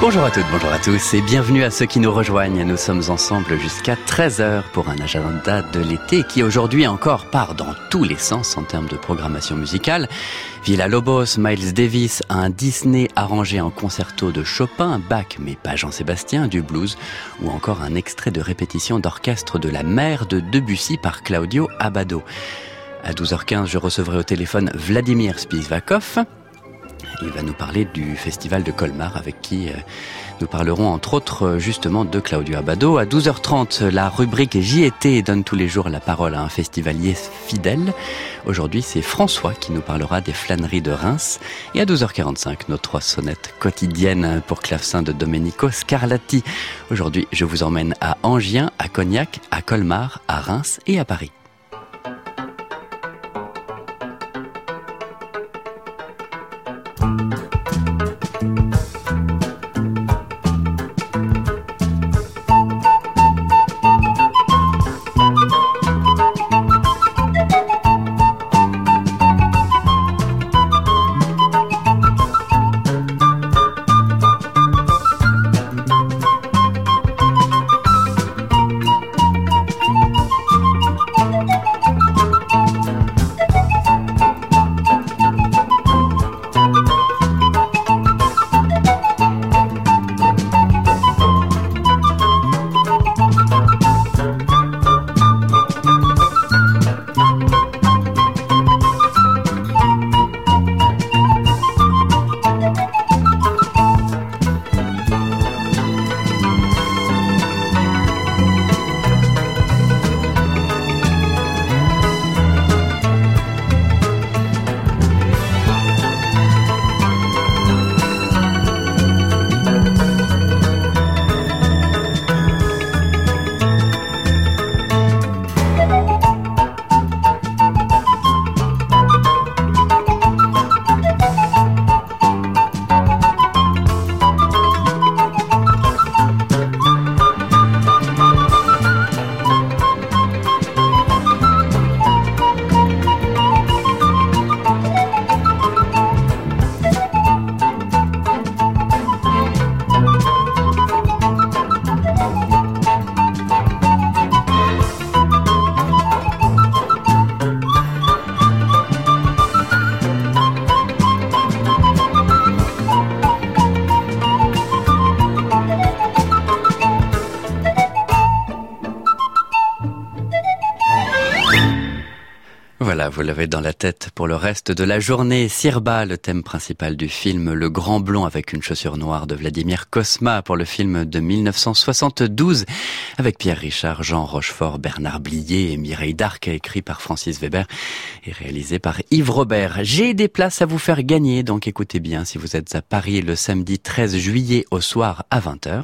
Bonjour à toutes, bonjour à tous et bienvenue à ceux qui nous rejoignent. Nous sommes ensemble jusqu'à 13h pour un agenda de l'été qui aujourd'hui encore part dans tous les sens en termes de programmation musicale. Villa-Lobos, Miles Davis, un Disney arrangé en concerto de Chopin, Bach mais pas Jean-Sébastien, du blues ou encore un extrait de répétition d'orchestre de La Mer de Debussy par Claudio Abbado. À 12h15, je recevrai au téléphone Vladimir Spivakov. Il va nous parler du festival de Colmar avec qui nous parlerons entre autres justement de Claudio Abbado. À 12h30, la rubrique J'y étais donne tous les jours la parole à un festivalier fidèle. Aujourd'hui, c'est François qui nous parlera des flâneries de Reims. Et à 12h45, nos 3 sonnettes quotidiennes pour clavecin de Domenico Scarlatti. Aujourd'hui, je vous emmène à Enghien, à Cognac, à Colmar, à Reims et à Paris. Voilà, vous l'avez dans la tête pour le reste de la journée. Sirba, le thème principal du film Le Grand Blond avec une chaussure noire de Vladimir Cosma pour le film de 1972 avec Pierre Richard, Jean Rochefort, Bernard Blier et Mireille Darc, écrit par Francis Weber et réalisé par Yves Robert. J'ai des places à vous faire gagner, donc écoutez bien si vous êtes à Paris le samedi 13 juillet au soir à 20h.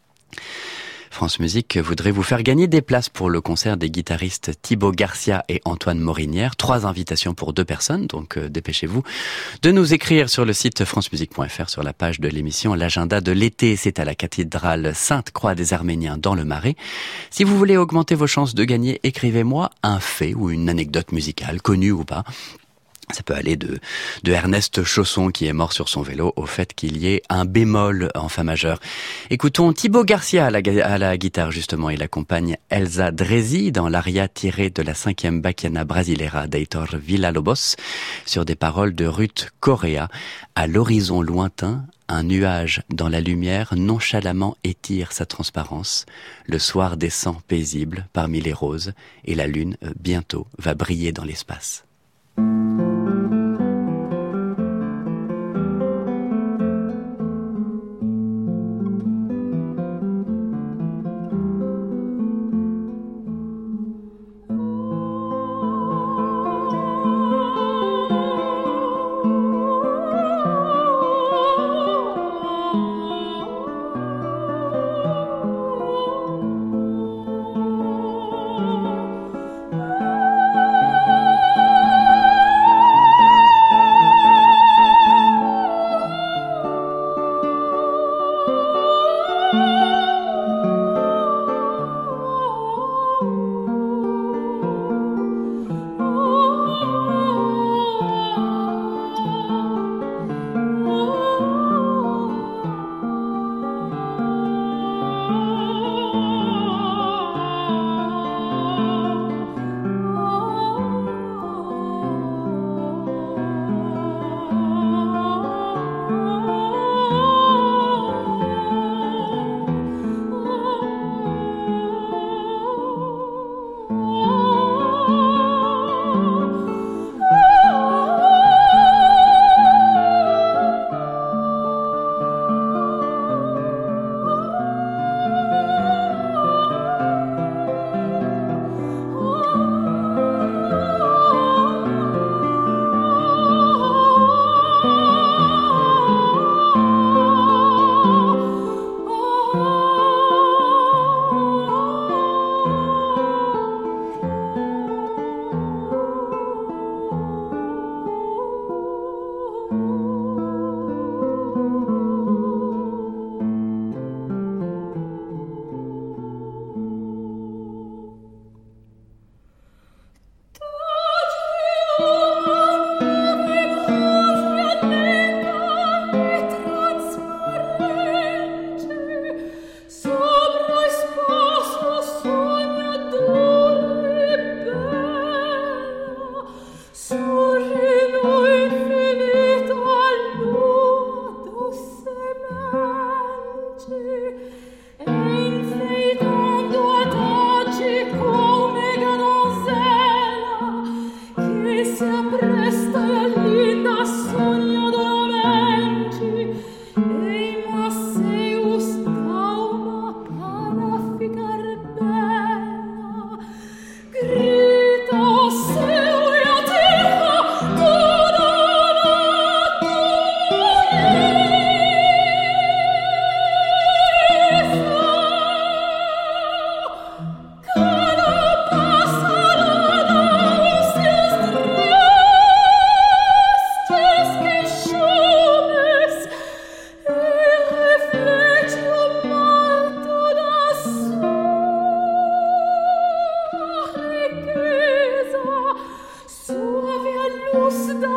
France Musique voudrait vous faire gagner des places pour le concert des guitaristes Thibaut Garcia et Antoine Morinière. 3 invitations pour 2 personnes, donc dépêchez-vous de nous écrire sur le site francemusique.fr sur la page de l'émission L'agenda de l'été. C'est à la cathédrale Sainte-Croix des Arméniens dans le Marais. Si vous voulez augmenter vos chances de gagner, écrivez-moi un fait ou une anecdote musicale, connue ou pas. Ça peut aller de Ernest Chausson qui est mort sur son vélo au fait qu'il y ait un bémol en fa majeur. Écoutons Thibaut Garcia à la guitare justement. Il accompagne Elsa Dresi dans l'aria tirée de la 5e Bachiana Brasileira d'Heitor Villa-Lobos sur des paroles de Ruth Correa. À l'horizon lointain, un nuage dans la lumière nonchalamment étire sa transparence. Le soir descend paisible parmi les roses et la lune bientôt va briller dans l'espace.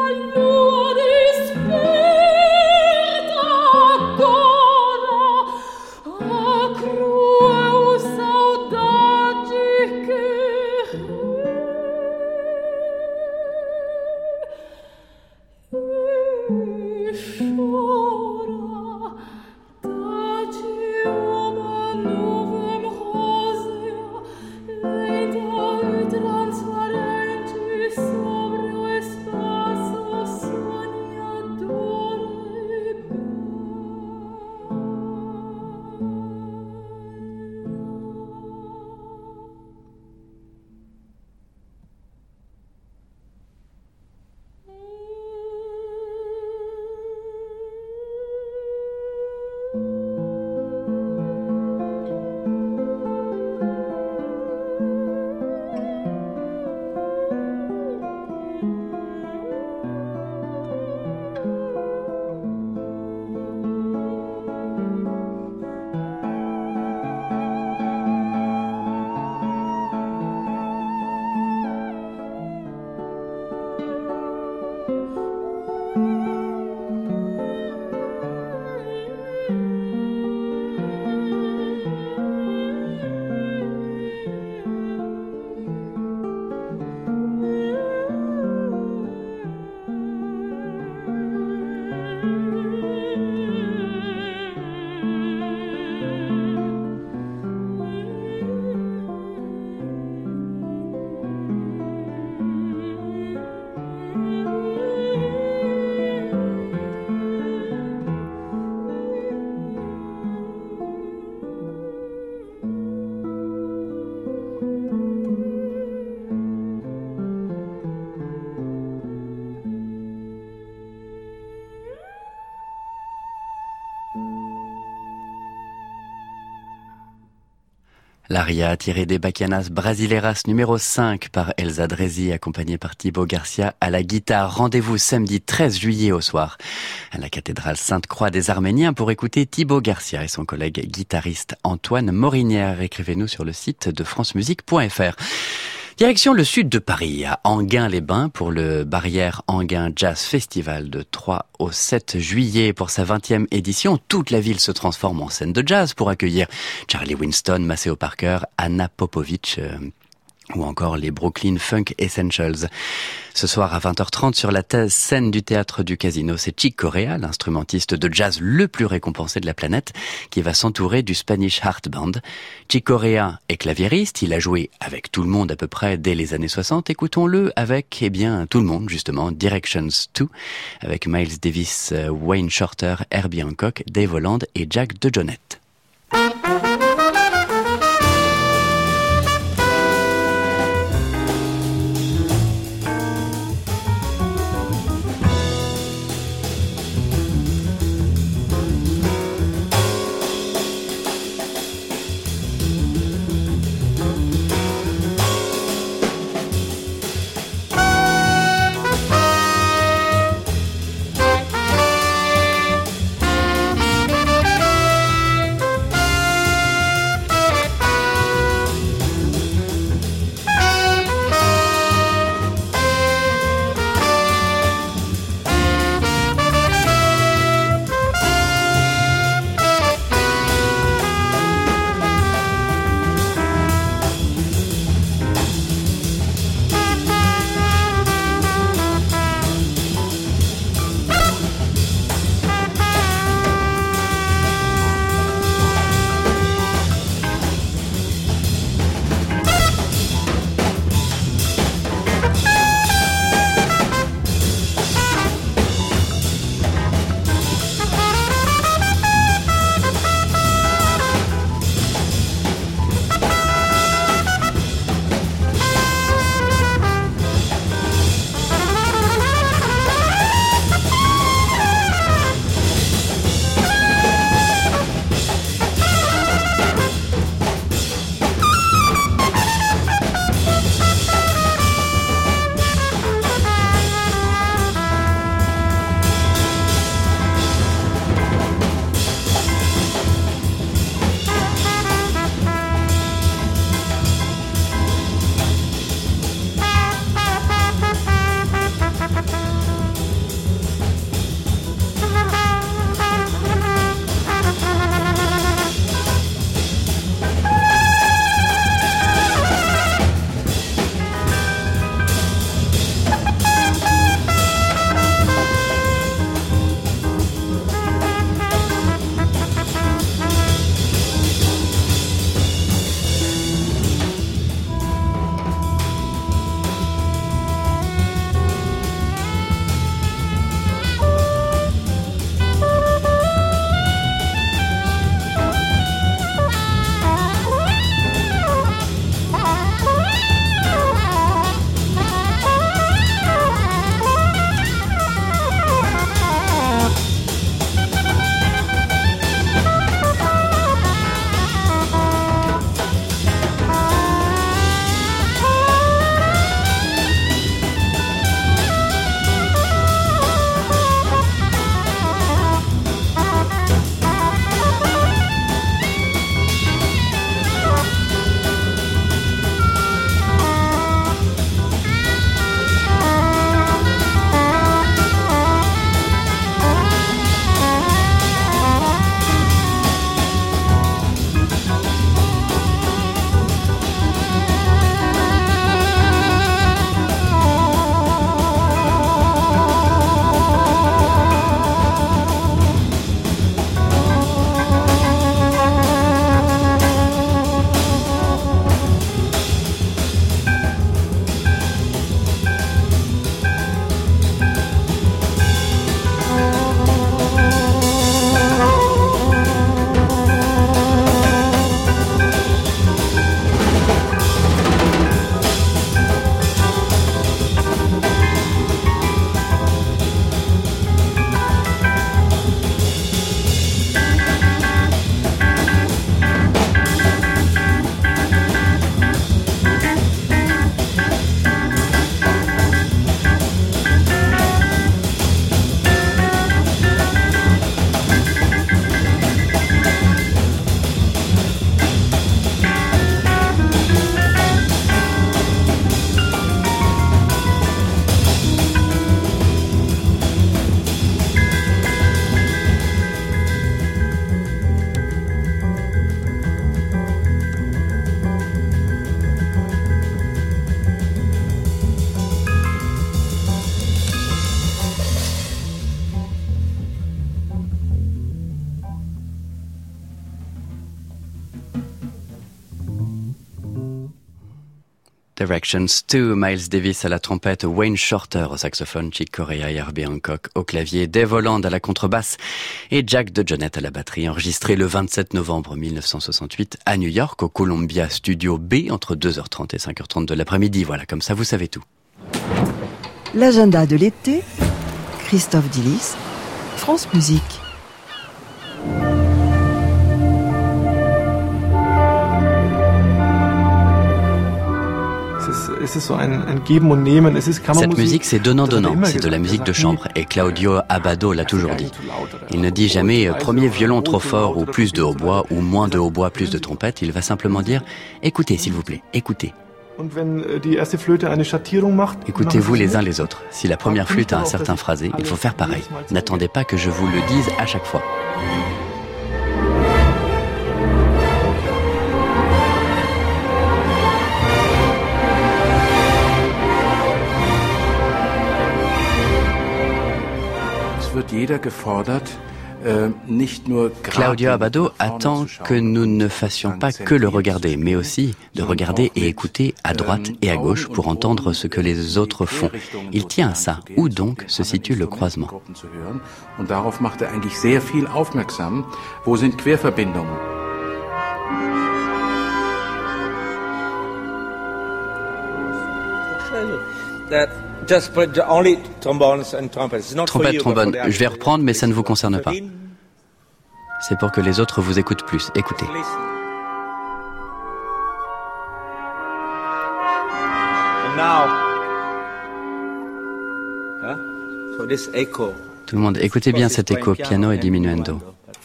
L'aria tirée des Bachianas Brasileiras numéro 5 par Elsa Dresi, accompagnée par Thibaut Garcia à la guitare. Rendez-vous samedi 13 juillet au soir à la cathédrale Sainte-Croix des Arméniens pour écouter Thibaut Garcia et son collègue guitariste Antoine Morinière. Écrivez-nous sur le site de francemusique.fr. Direction le sud de Paris, à Enghien-les-Bains, pour le Barrière Enghien Jazz Festival de 3 au 7 juillet. Pour sa 20e édition, toute la ville se transforme en scène de jazz pour accueillir Charlie Winston, Maceo Parker, Anna Popovic, ou encore les Brooklyn Funk Essentials. Ce soir à 20h30 sur la scène du théâtre du Casino, c'est Chick Corea, l'instrumentiste de jazz le plus récompensé de la planète, qui va s'entourer du Spanish Heart Band. Chick Corea est claviériste, il a joué avec tout le monde à peu près dès les années 60. Écoutons-le avec, tout le monde justement, Directions 2, avec Miles Davis, Wayne Shorter, Herbie Hancock, Dave Holland et Jack DeJohnette. Directions 2, Miles Davis à la trompette, Wayne Shorter au saxophone, Chick Corea et Herbie Hancock au clavier, Dave Holland à la contrebasse et Jack DeJohnette à la batterie, enregistré le 27 novembre 1968 à New York au Columbia Studio B entre 2h30 et 5h30 de l'après-midi. Voilà, comme ça vous savez tout. L'agenda de l'été, Christophe Dillis, France Musique. Cette musique, c'est donnant-donnant, c'est de la musique de chambre, et Claudio Abbado l'a toujours dit. Il ne dit jamais « premier violon trop fort ou plus de hautbois, ou moins de hautbois, plus de trompette », il va simplement dire « écoutez s'il vous plaît, écoutez ». Écoutez-vous les uns les autres. Si la première flûte a un certain phrasé, il faut faire pareil. N'attendez pas que je vous le dise à chaque fois. Claudio Abbado attend que nous ne fassions pas que le regarder, mais aussi de regarder et écouter à droite et à gauche pour entendre ce que les autres font. Il tient à ça. Où donc se situe le croisement? Trompette, trombone, je vais reprendre, mais ça ne vous concerne pas. C'est pour que les autres vous écoutent plus. Écoutez. Tout le monde, écoutez bien cet écho, piano et diminuendo.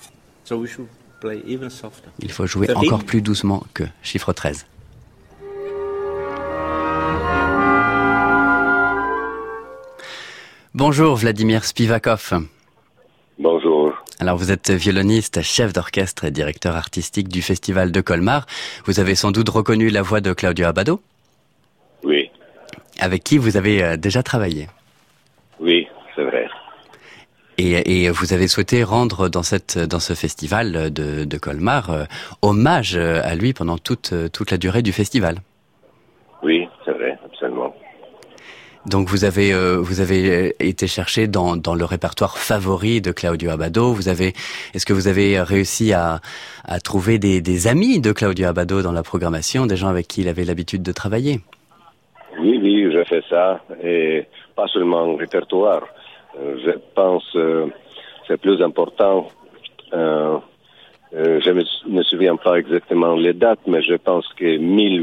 Il faut jouer encore plus doucement que chiffre 13. Bonjour Vladimir Spivakov. Bonjour. Alors vous êtes violoniste, chef d'orchestre et directeur artistique du Festival de Colmar. Vous avez sans doute reconnu la voix de Claudio Abbado? Oui. Avec qui vous avez déjà travaillé? Oui, c'est vrai. Et vous avez souhaité rendre dans ce festival de Colmar hommage à lui pendant toute la durée du festival. Oui, c'est vrai, absolument. Donc vous avez été chercher dans le répertoire favori de Claudio Abbado. Est-ce que vous avez réussi à trouver des amis de Claudio Abbado dans la programmation, des gens avec qui il avait l'habitude de travailler? Oui, je fais ça, et pas seulement en répertoire. Je pense c'est plus important. Je me souviens pas exactement les dates, mais je pense que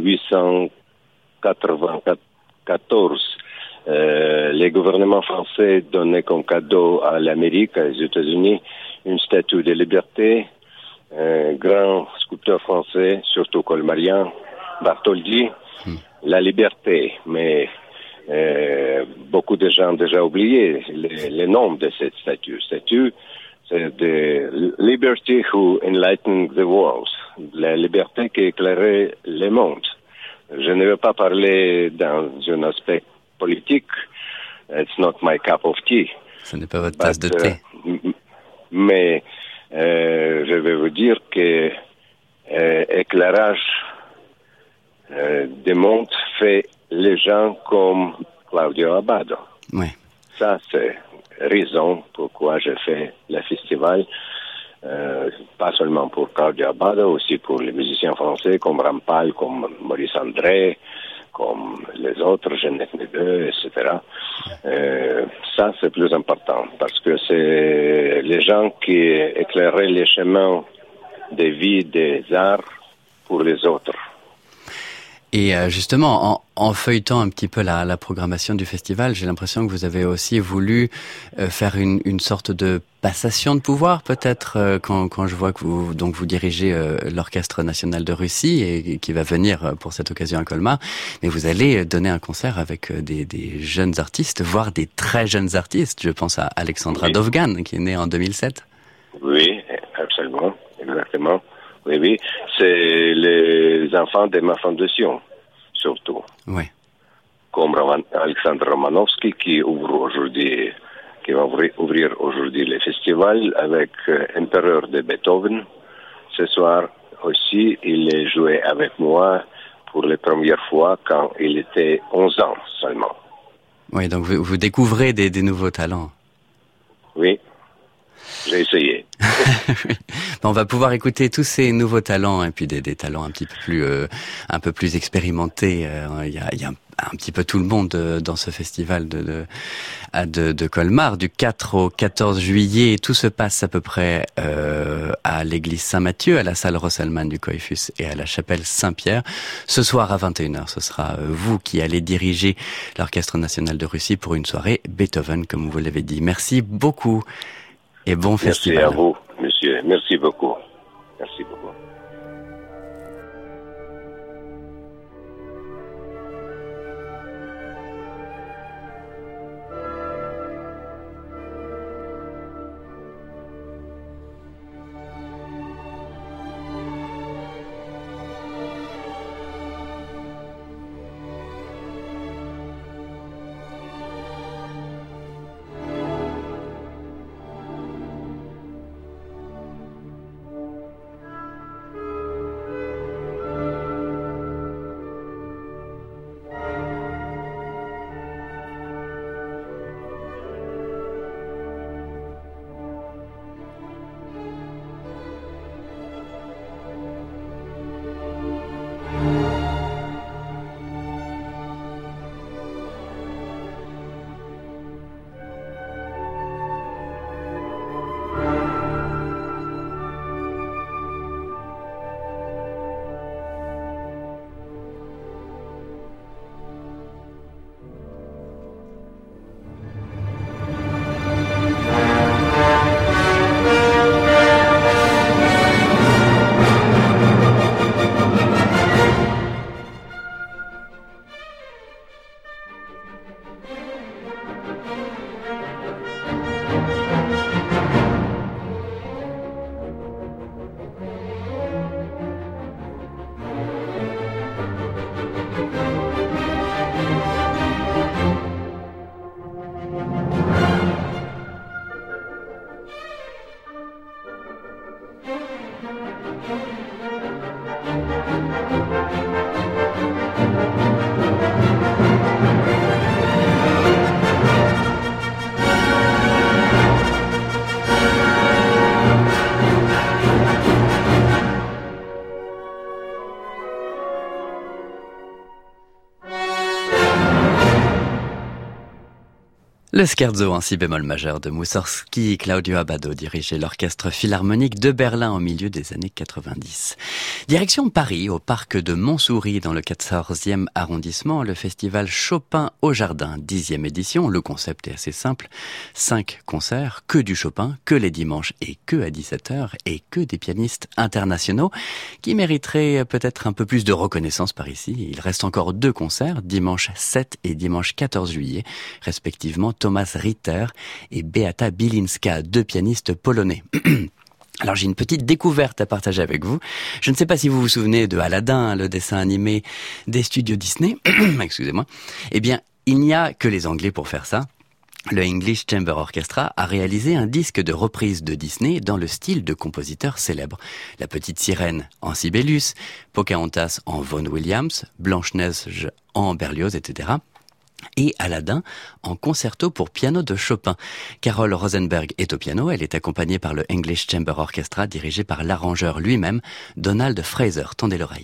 1894. Les gouvernements français donnaient comme cadeau à l'Amérique, aux États-Unis, une statue de liberté. Un grand sculpteur français, surtout colmarien, Bartholdi, la liberté. Mais beaucoup de gens ont déjà oublié les noms de cette statue. Statue, c'est the Liberty who enlightened the world, la liberté qui éclairait le monde. Je ne vais pas parler dans un aspect politique. It's not my cup of tea. Ce n'est pas votre tasse de thé. Mais je vais vous dire que éclairage des mondes fait les gens comme Claudio Abbado. Oui. Ça, c'est raison pourquoi je fais le festival. Pas seulement pour Claudio Abbado, aussi pour les musiciens français comme Rampal, comme Maurice André, comme les autres, Jeannette Nebeu, etc. Ça, c'est plus important, parce que c'est les gens qui éclairaient les chemins de vie des arts pour les autres. Et justement, en feuilletant un petit peu la programmation du festival, j'ai l'impression que vous avez aussi voulu faire une sorte de passation de pouvoir, peut-être, quand je vois que vous dirigez l'Orchestre national de Russie et qui va venir pour cette occasion à Colmar, mais vous allez donner un concert avec des jeunes artistes, voire des très jeunes artistes. Je pense à Alexandra Dovgan, qui est née en 2007. Oui, absolument, exactement. Oui, c'est les enfants de ma fondation, surtout. Oui. Comme Alexandre Romanovski, qui va ouvrir aujourd'hui le festival avec Empereur de Beethoven. Ce soir aussi, il est joué avec moi pour la première fois quand il était 11 ans seulement. Oui, donc vous découvrez des nouveaux talents. Oui, j'ai essayé. On va pouvoir écouter tous ces nouveaux talents et puis des talents un peu plus expérimentés. Il y a un petit peu tout le monde dans ce festival de Colmar du 4 au 14 juillet. Tout se passe à peu près à l'église Saint-Mathieu, à la salle Rosselman du Coiffus et à la chapelle Saint-Pierre. Ce soir à 21h, ce sera vous qui allez diriger l'Orchestre national de Russie pour une soirée Beethoven, comme vous l'avez dit. Merci beaucoup et bon festival. Merci à vous, monsieur. Merci beaucoup. Merci beaucoup. Le scherzo en si bémol majeur de Moussorgsky, Claudio Abbado dirigeait l'orchestre philharmonique de Berlin au milieu des années 90. Direction Paris, au parc de Montsouris, dans le 14e arrondissement, le festival Chopin au Jardin, 10e édition. Le concept est assez simple. 5 concerts, que du Chopin, que les dimanches et que à 17h, et que des pianistes internationaux qui mériteraient peut-être un peu plus de reconnaissance par ici. Il reste encore 2 concerts, dimanche 7 et dimanche 14 juillet, respectivement Thomas Ritter et Beata Bilinska, 2 pianistes polonais. Alors j'ai une petite découverte à partager avec vous. Je ne sais pas si vous vous souvenez de Aladdin, le dessin animé des studios Disney. Excusez-moi. Eh bien, il n'y a que les Anglais pour faire ça. Le English Chamber Orchestra a réalisé un disque de reprise de Disney dans le style de compositeurs célèbres. La Petite Sirène en Sibelius, Pocahontas en Vaughan Williams, Blanche-Neige en Berlioz, etc. Et Aladdin en concerto pour piano de Chopin. Carole Rosenberg est au piano, elle est accompagnée par le English Chamber Orchestra dirigé par l'arrangeur lui-même, Donald Fraser. Tendez l'oreille.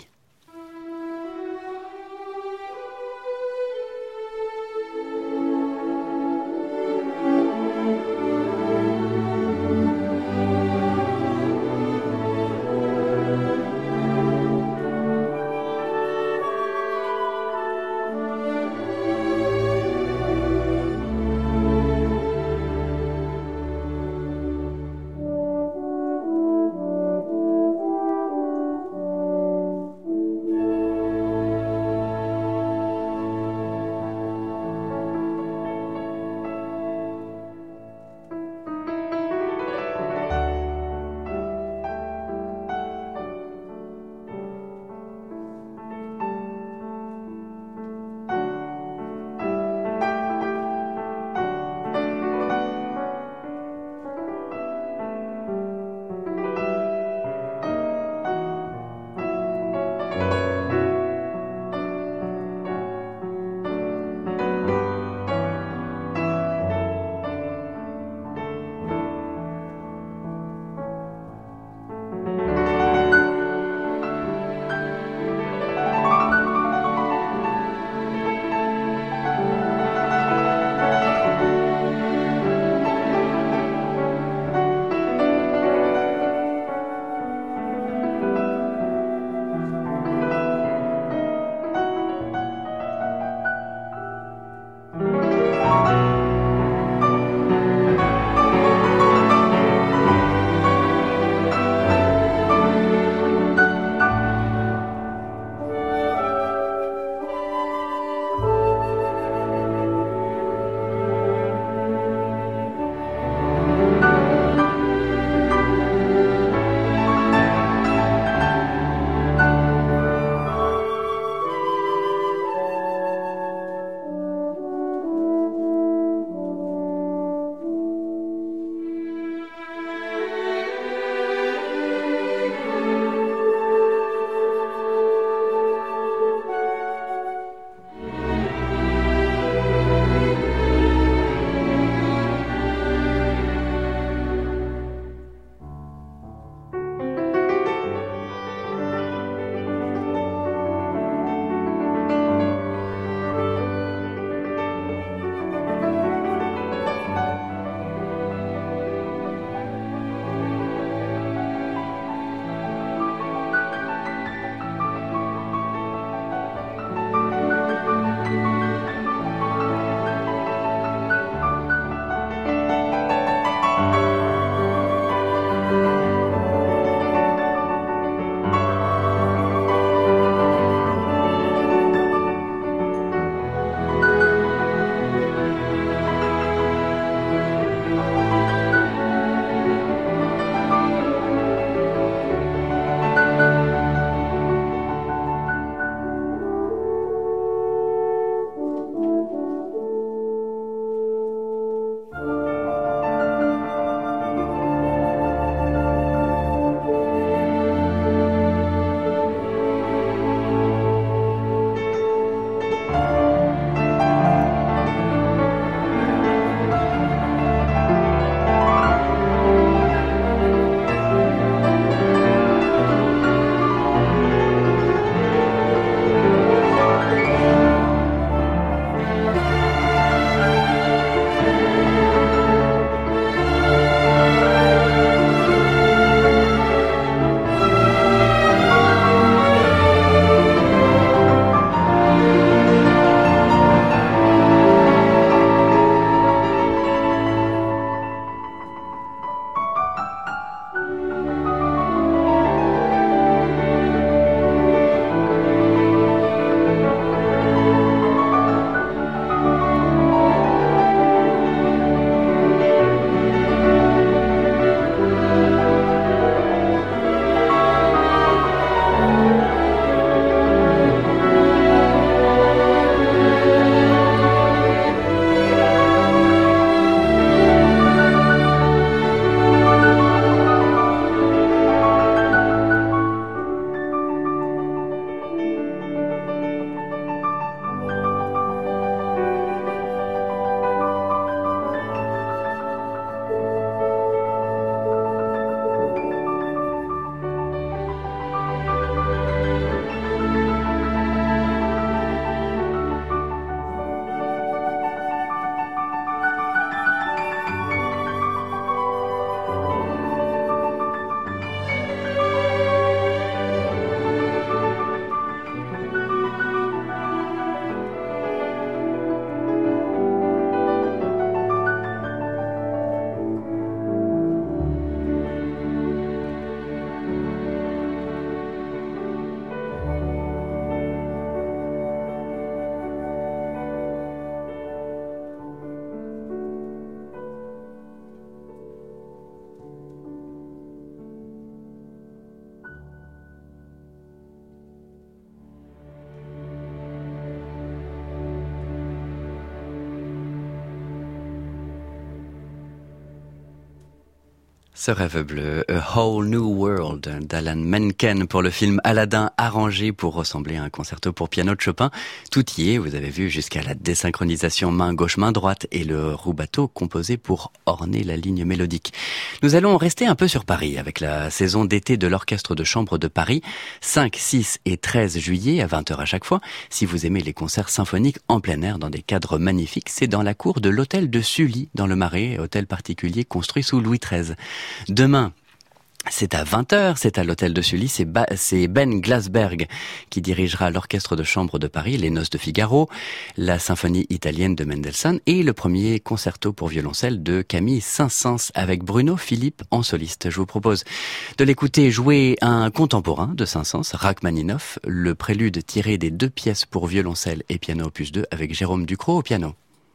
Ce rêve bleu, A Whole New World d'Alan Menken pour le film Aladdin, arrangé pour ressembler à un concerto pour piano de Chopin. Tout y est, vous avez vu, jusqu'à la désynchronisation main gauche, main droite et le rubato composé pour orner la ligne mélodique. Nous allons rester un peu sur Paris avec la saison d'été de l'Orchestre de Chambre de Paris, 5, 6 et 13 juillet à 20h à chaque fois. Si vous aimez les concerts symphoniques en plein air dans des cadres magnifiques, c'est dans la cour de l'hôtel de Sully dans le Marais, hôtel particulier construit sous Louis XIII. Demain, c'est à 20h, c'est à l'hôtel de Sully, c'est Ben Glasberg qui dirigera l'Orchestre de Chambre de Paris, les Noces de Figaro, la symphonie italienne de Mendelssohn et le premier concerto pour violoncelle de Camille Saint-Saëns avec Bruno Philippe en soliste. Je vous propose de l'écouter jouer un contemporain de Saint-Saëns, Rachmaninoff, le prélude tiré des 2 pièces pour violoncelle et piano opus 2 avec Jérôme Ducrot au piano.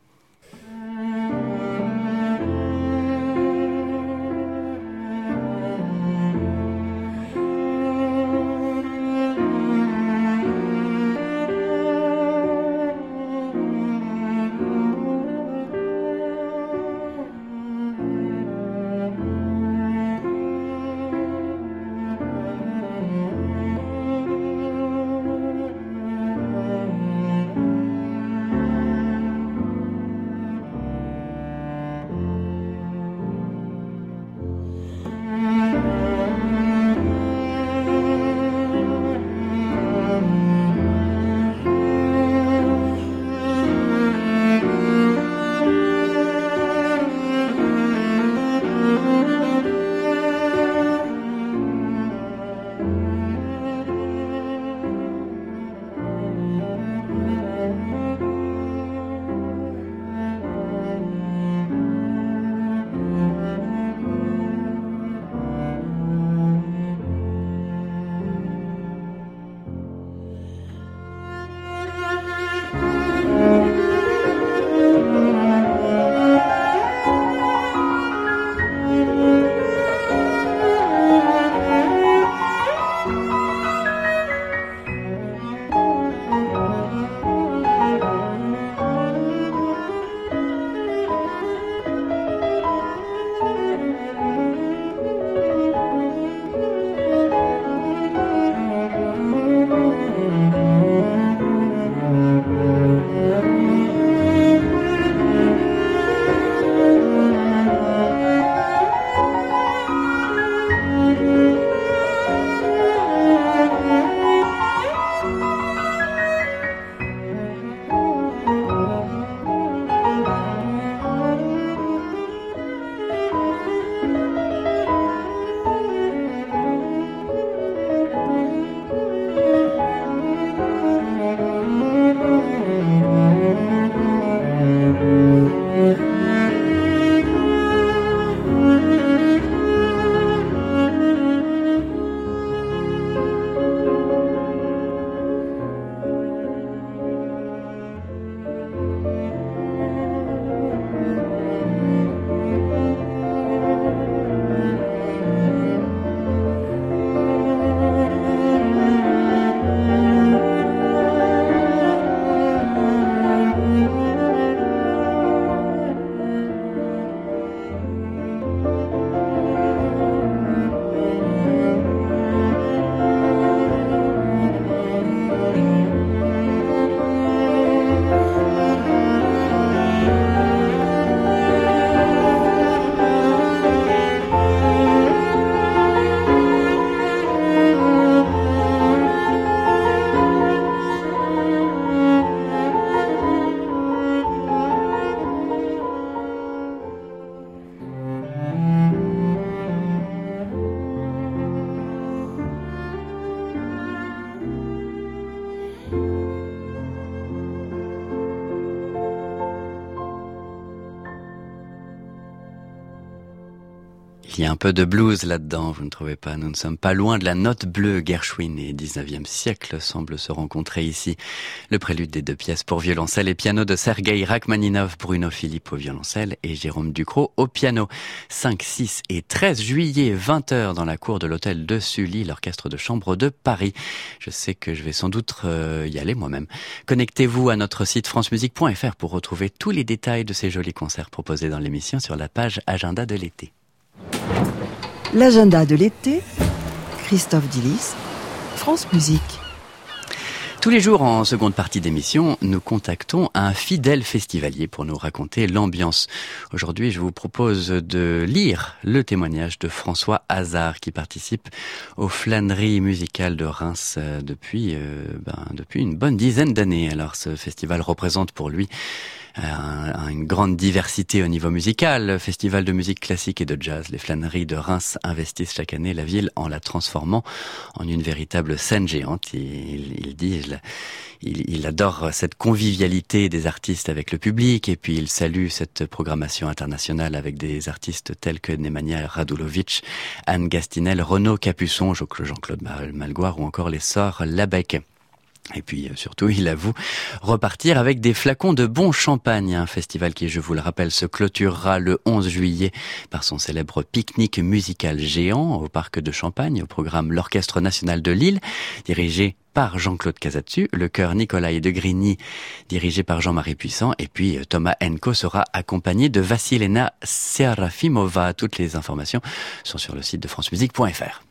Il y a un peu de blues là-dedans, vous ne trouvez pas? Nous ne sommes pas loin de la note bleue. Gershwin et 19e siècle semblent se rencontrer ici. Le prélude des 2 pièces pour violoncelle et piano de Sergueï Rachmaninov, Bruno Philippe au violoncelle et Jérôme Ducrot au piano. 5, 6 et 13 juillet, 20h dans la cour de l'hôtel de Sully, l'Orchestre de Chambre de Paris. Je sais que je vais sans doute y aller moi-même. Connectez-vous à notre site francemusique.fr pour retrouver tous les détails de ces jolis concerts proposés dans l'émission sur la page Agenda de l'été. L'agenda de l'été, Christophe Dillis, France Musique. Tous les jours, en seconde partie d'émission, nous contactons un fidèle festivalier pour nous raconter l'ambiance. Aujourd'hui, je vous propose de lire le témoignage de François Hazard, qui participe aux flâneries musicales de Reims depuis une bonne dizaine d'années. Alors, ce festival représente pour lui une grande diversité au niveau musical. Festival de musique classique et de jazz. Les flâneries de Reims investissent chaque année la ville en la transformant en une véritable scène géante. Il dit, il adore cette convivialité des artistes avec le public, et puis il salue cette programmation internationale avec des artistes tels que Nemanja Radulovic, Anne Gastinel, Renaud Capuçon, Jean-Claude Malgoire ou encore les Sœurs Labec. Et puis surtout, il avoue repartir avec des flacons de bon champagne. Un festival qui, je vous le rappelle, se clôturera le 11 juillet par son célèbre pique-nique musical géant au parc de Champagne. Au programme l'Orchestre National de Lille, dirigé par Jean-Claude Casatsu, le chœur Nicolai de Grigny, dirigé par Jean-Marie Puissant, et puis Thomas Henko sera accompagné de Vassilena Serafimova. Toutes les informations sont sur le site de francemusique.fr.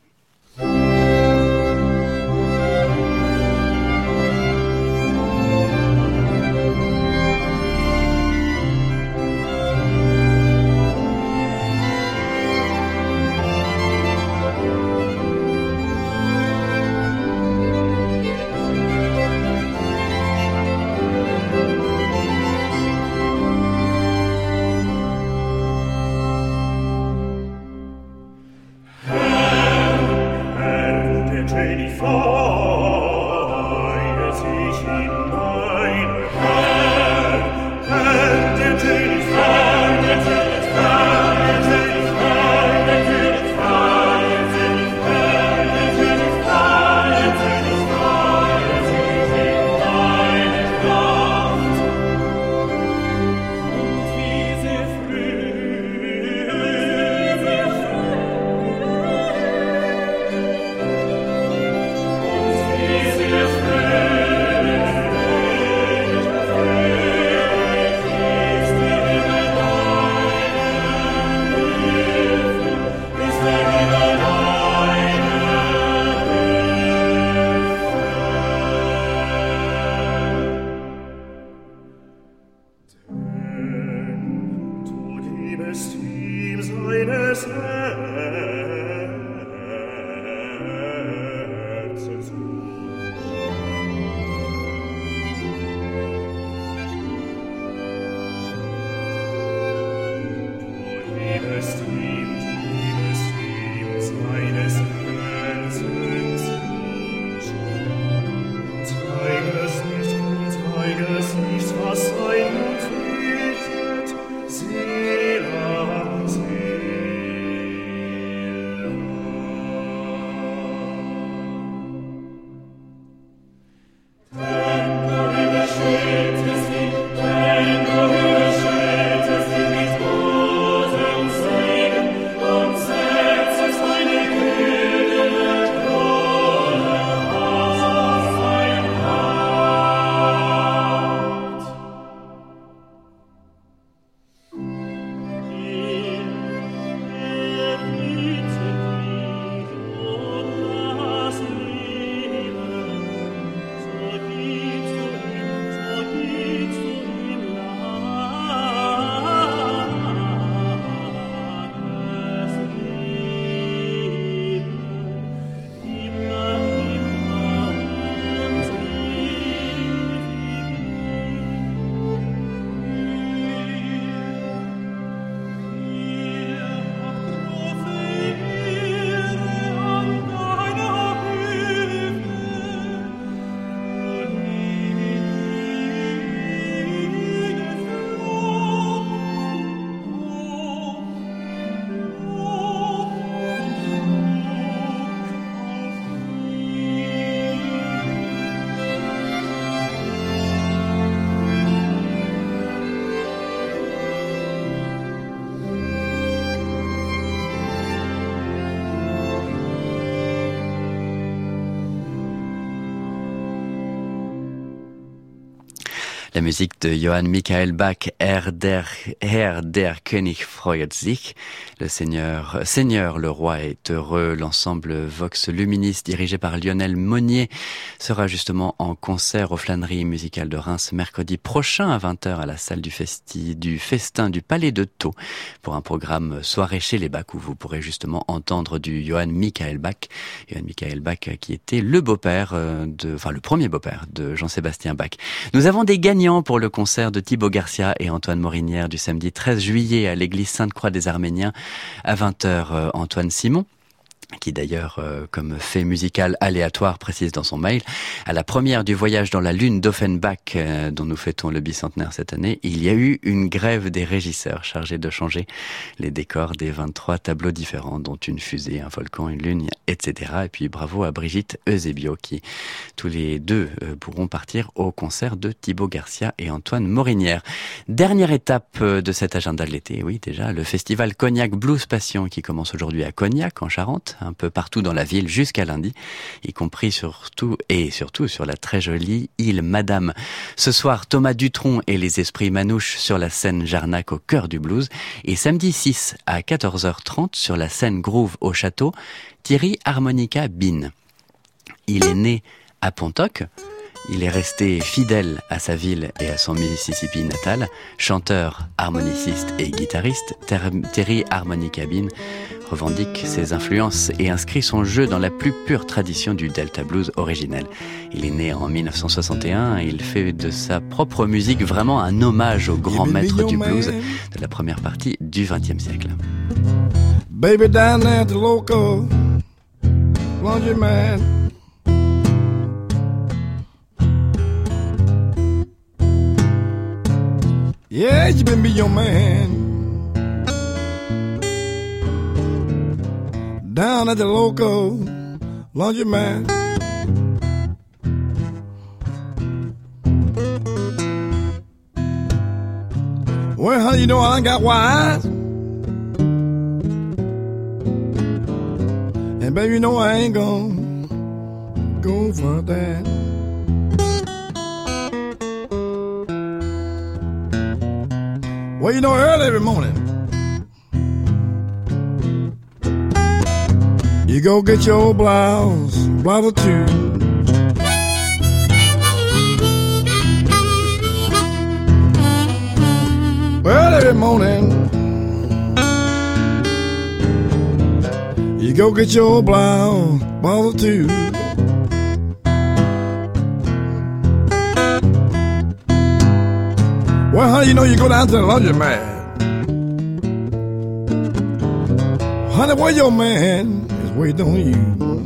La musique de Johann Michael Bach, Herr der König freut sich. Le Seigneur, le roi est heureux. L'ensemble Vox Luminis, dirigé par Lionel Monnier, sera justement en concert aux Flâneries musicales de Reims mercredi prochain à 20h à la salle du festin du Palais de Thau pour un programme soirée chez les Bach où vous pourrez justement entendre du Johann Michael Bach. Johann Michael Bach qui était le premier beau-père de Jean-Sébastien Bach. Nous avons des gagnants pour le concert de Thibaut Garcia et Antoine Morinière du samedi 13 juillet à l'église Sainte-Croix des Arméniens à 20h. Antoine Simon, qui d'ailleurs, comme fait musical aléatoire, précise dans son mail, à la première du voyage dans la lune d'Offenbach, dont nous fêtons le bicentenaire cette année, il y a eu une grève des régisseurs chargés de changer les décors des 23 tableaux différents, dont une fusée, un volcan, une lune, etc. Et puis bravo à Brigitte Eusebio, qui tous les deux pourront partir au concert de Thibaut Garcia et Antoine Morinière. Dernière étape de cet agenda de l'été, oui déjà, le festival Cognac Blues Passion qui commence aujourd'hui à Cognac, en Charente, un peu partout dans la ville jusqu'à lundi, y compris surtout sur la très jolie île Madame. Ce soir, Thomas Dutronc et les Esprits Manouches sur la scène Jarnac au cœur du blues, et samedi 6 à 14h30 sur la scène Groove au château, Thierry Harmonica Bean. Il est né à Pontoc. Il est resté fidèle à sa ville et à son Mississippi natal. Chanteur, harmoniciste et guitariste, Thierry Harmonica Bean revendique ses influences et inscrit son jeu dans la plus pure tradition du Delta Blues originel. Il est né en 1961 et il fait de sa propre musique vraiment un hommage aux grands maîtres du blues de la première partie du XXe siècle. Baby down there at the local laundromat. Yeah, you been be your man. Down at the local laundromat. Well, how you know I ain't got wise? And baby, you know I ain't gonna go for that. Well, you know, early every morning, you go get your old blouse or two. Well, every morning, you go get your old blouse or two. Well, honey, you know you go down to the laundromat. Honey, where your man is waiting on you.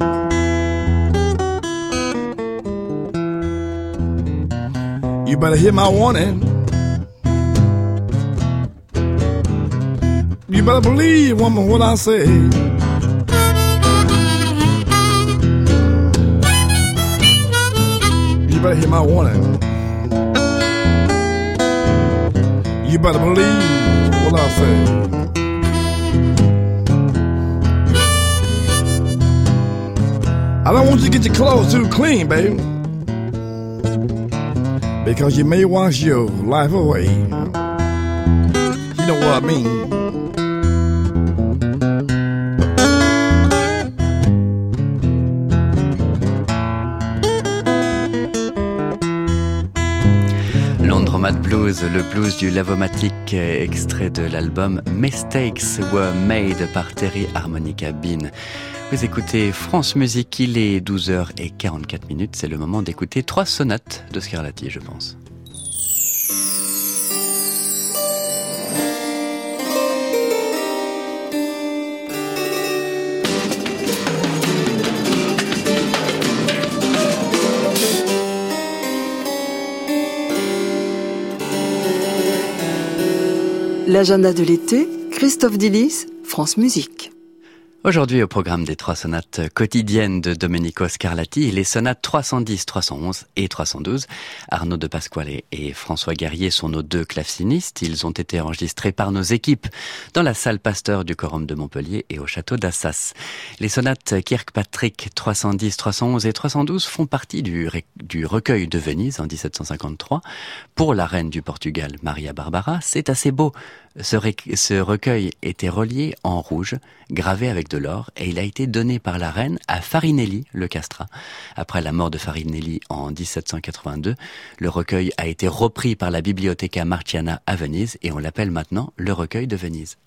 You better hear my warning. You better believe, woman, what I say. You better hear my warning. You better believe what I say. I don't want you to get your clothes too clean, baby, because you may wash your life away. You know what I mean. Blues, le blues du Lavomatic, extrait de l'album Mistakes Were Made par Thierry Harmonica Bean. Vous écoutez France Musique, il est 12h44, c'est le moment d'écouter 3 sonates de Scarlatti, je pense. L'agenda de l'été, Christophe Dillis, France Musique. Aujourd'hui, au programme des 3 sonates quotidiennes de Domenico Scarlatti, les sonates 310, 311 et 312. Arnaud de Pasquale et François Guerrier sont nos 2 clavecinistes. Ils ont été enregistrés par nos équipes dans la salle Pasteur du Quorum de Montpellier et au château d'Assas. Les sonates Kirkpatrick 310, 311 et 312 font partie du recueil de Venise en 1753 pour la reine du Portugal, Maria Barbara. C'est assez beau. Ce recueil était relié en rouge, gravé avec de l'or, et il a été donné par la reine à Farinelli le castrat. Après la mort de Farinelli en 1782, le recueil a été repris par la Biblioteca Marciana à Venise et on l'appelle maintenant le recueil de Venise.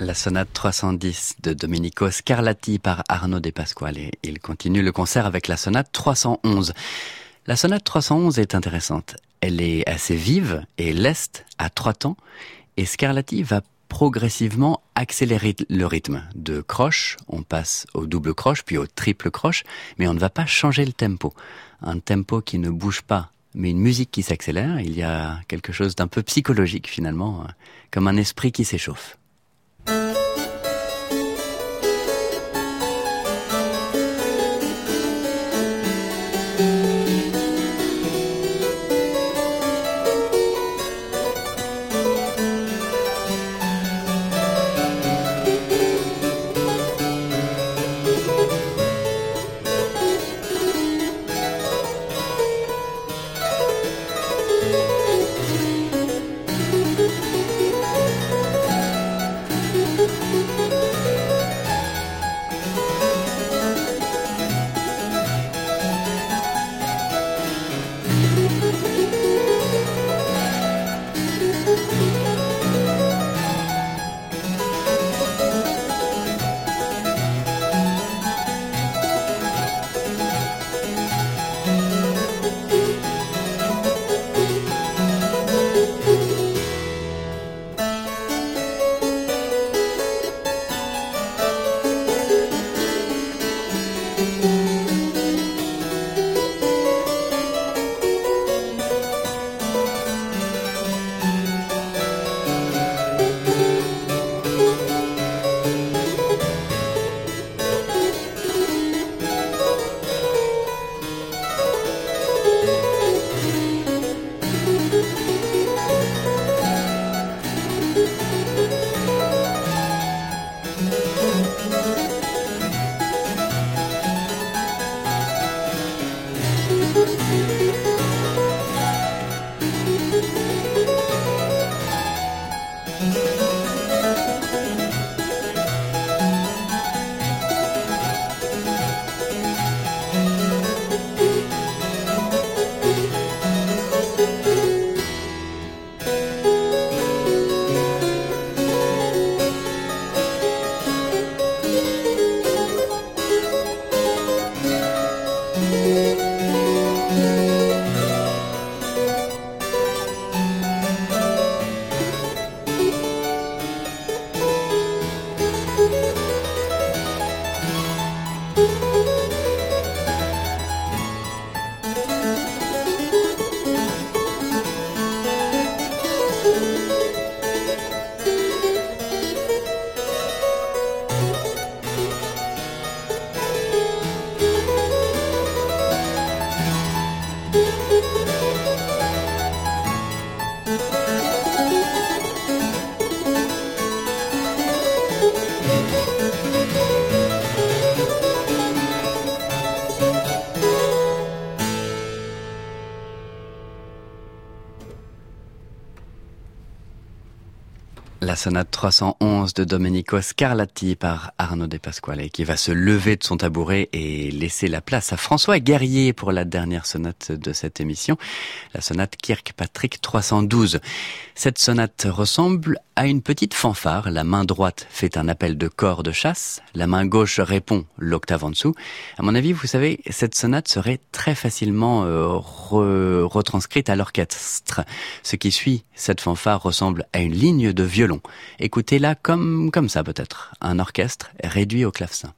La sonate 310 de Domenico Scarlatti par Arnaud De Pasquale. Il continue le concert avec la sonate 311. La sonate 311 est intéressante. Elle est assez vive et leste à 3 temps et Scarlatti va progressivement accélérer le rythme. De croche, on passe au double croche puis au triple croche, mais on ne va pas changer le tempo. Un tempo qui ne bouge pas, mais une musique qui s'accélère. Il y a quelque chose d'un peu psychologique finalement, comme un esprit qui s'échauffe. La sonate 311 de Domenico Scarlatti par Arnaud De Pasquale qui va se lever de son tabouret et laisser la place à François Guerrier pour la dernière sonate de cette émission, la sonate Kirkpatrick 312. Cette sonate ressemble à une petite fanfare. La main droite fait un appel de corps de chasse, la main gauche répond l'octave en dessous. À mon avis, vous savez, cette sonate serait très facilement retranscrite à l'orchestre. Ce qui suit cette fanfare ressemble à une ligne de violon. Écoutez-la comme ça peut-être, un orchestre réduit au clavecin.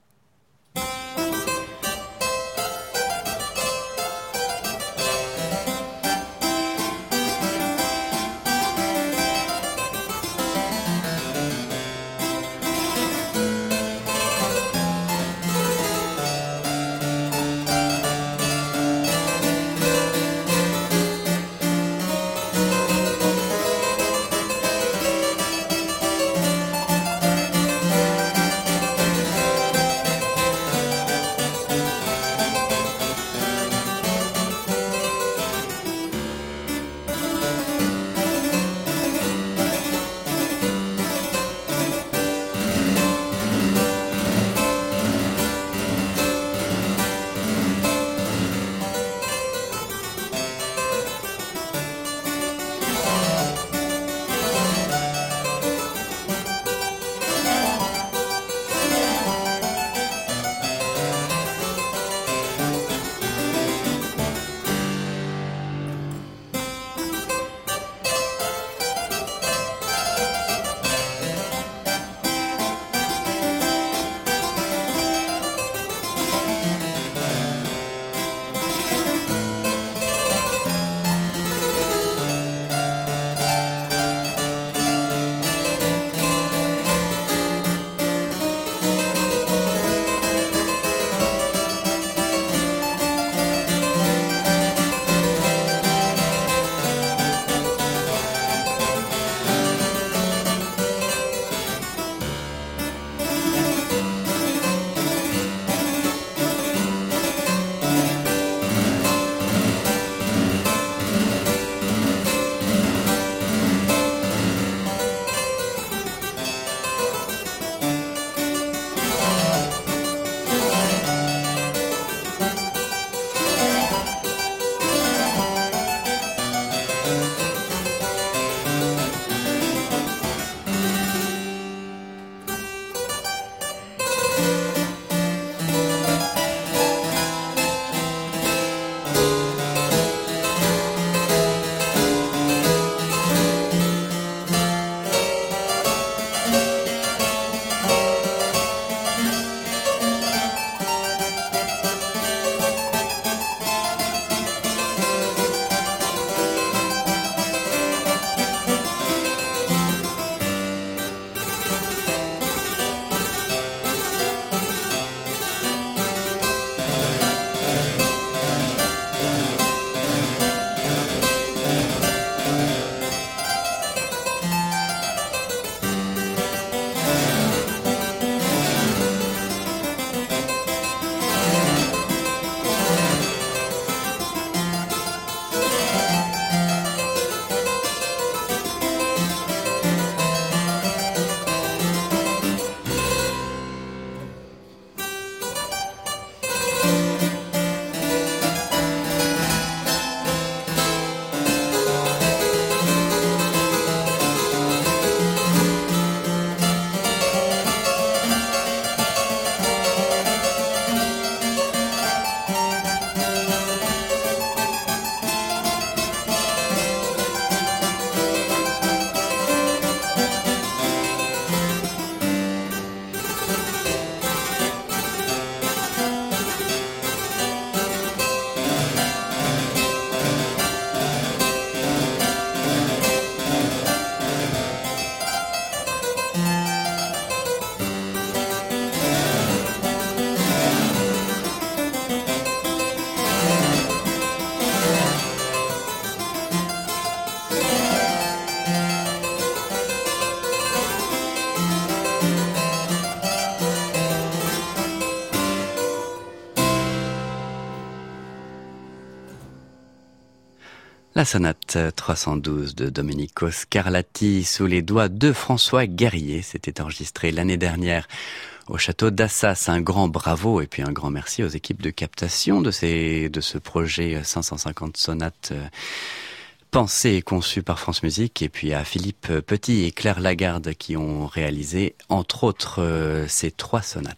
La sonate 312 de Domenico Scarlatti sous les doigts de François Guerrier. C'était enregistré l'année dernière au château d'Assas. Un grand bravo et puis un grand merci aux équipes de captation de ce projet 550 sonates pensées et conçues par France Musique, et puis à Philippe Petit et Claire Lagarde qui ont réalisé entre autres ces 3 sonates.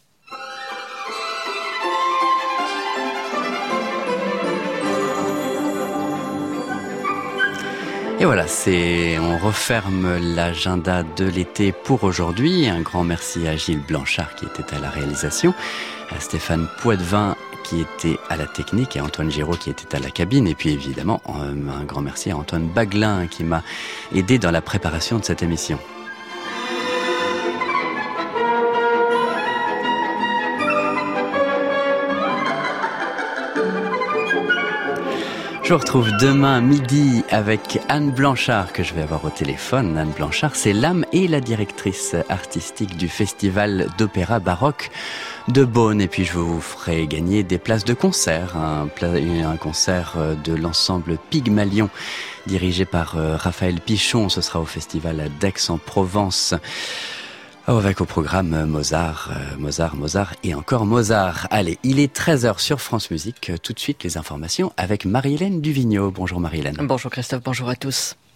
Et voilà, on referme l'agenda de l'été pour aujourd'hui. Un grand merci à Gilles Blanchard qui était à la réalisation, à Stéphane Poitvin qui était à la technique et à Antoine Giraud qui était à la cabine. Et puis évidemment, un grand merci à Antoine Baglin qui m'a aidé dans la préparation de cette émission. Je vous retrouve demain midi avec Anne Blanchard que je vais avoir au téléphone. Anne Blanchard, c'est l'âme et la directrice artistique du Festival d'opéra baroque de Beaune. Et puis je vous ferai gagner des places de concert, un concert de l'ensemble Pygmalion dirigé par Raphaël Pichon. Ce sera au festival d'Aix-en-Provence. Avec au programme Mozart et encore Mozart. Allez, il est 13h sur France Musique. Tout de suite, les informations avec Marie-Hélène Duvigneau. Bonjour Marie-Hélène. Bonjour Christophe, bonjour à tous.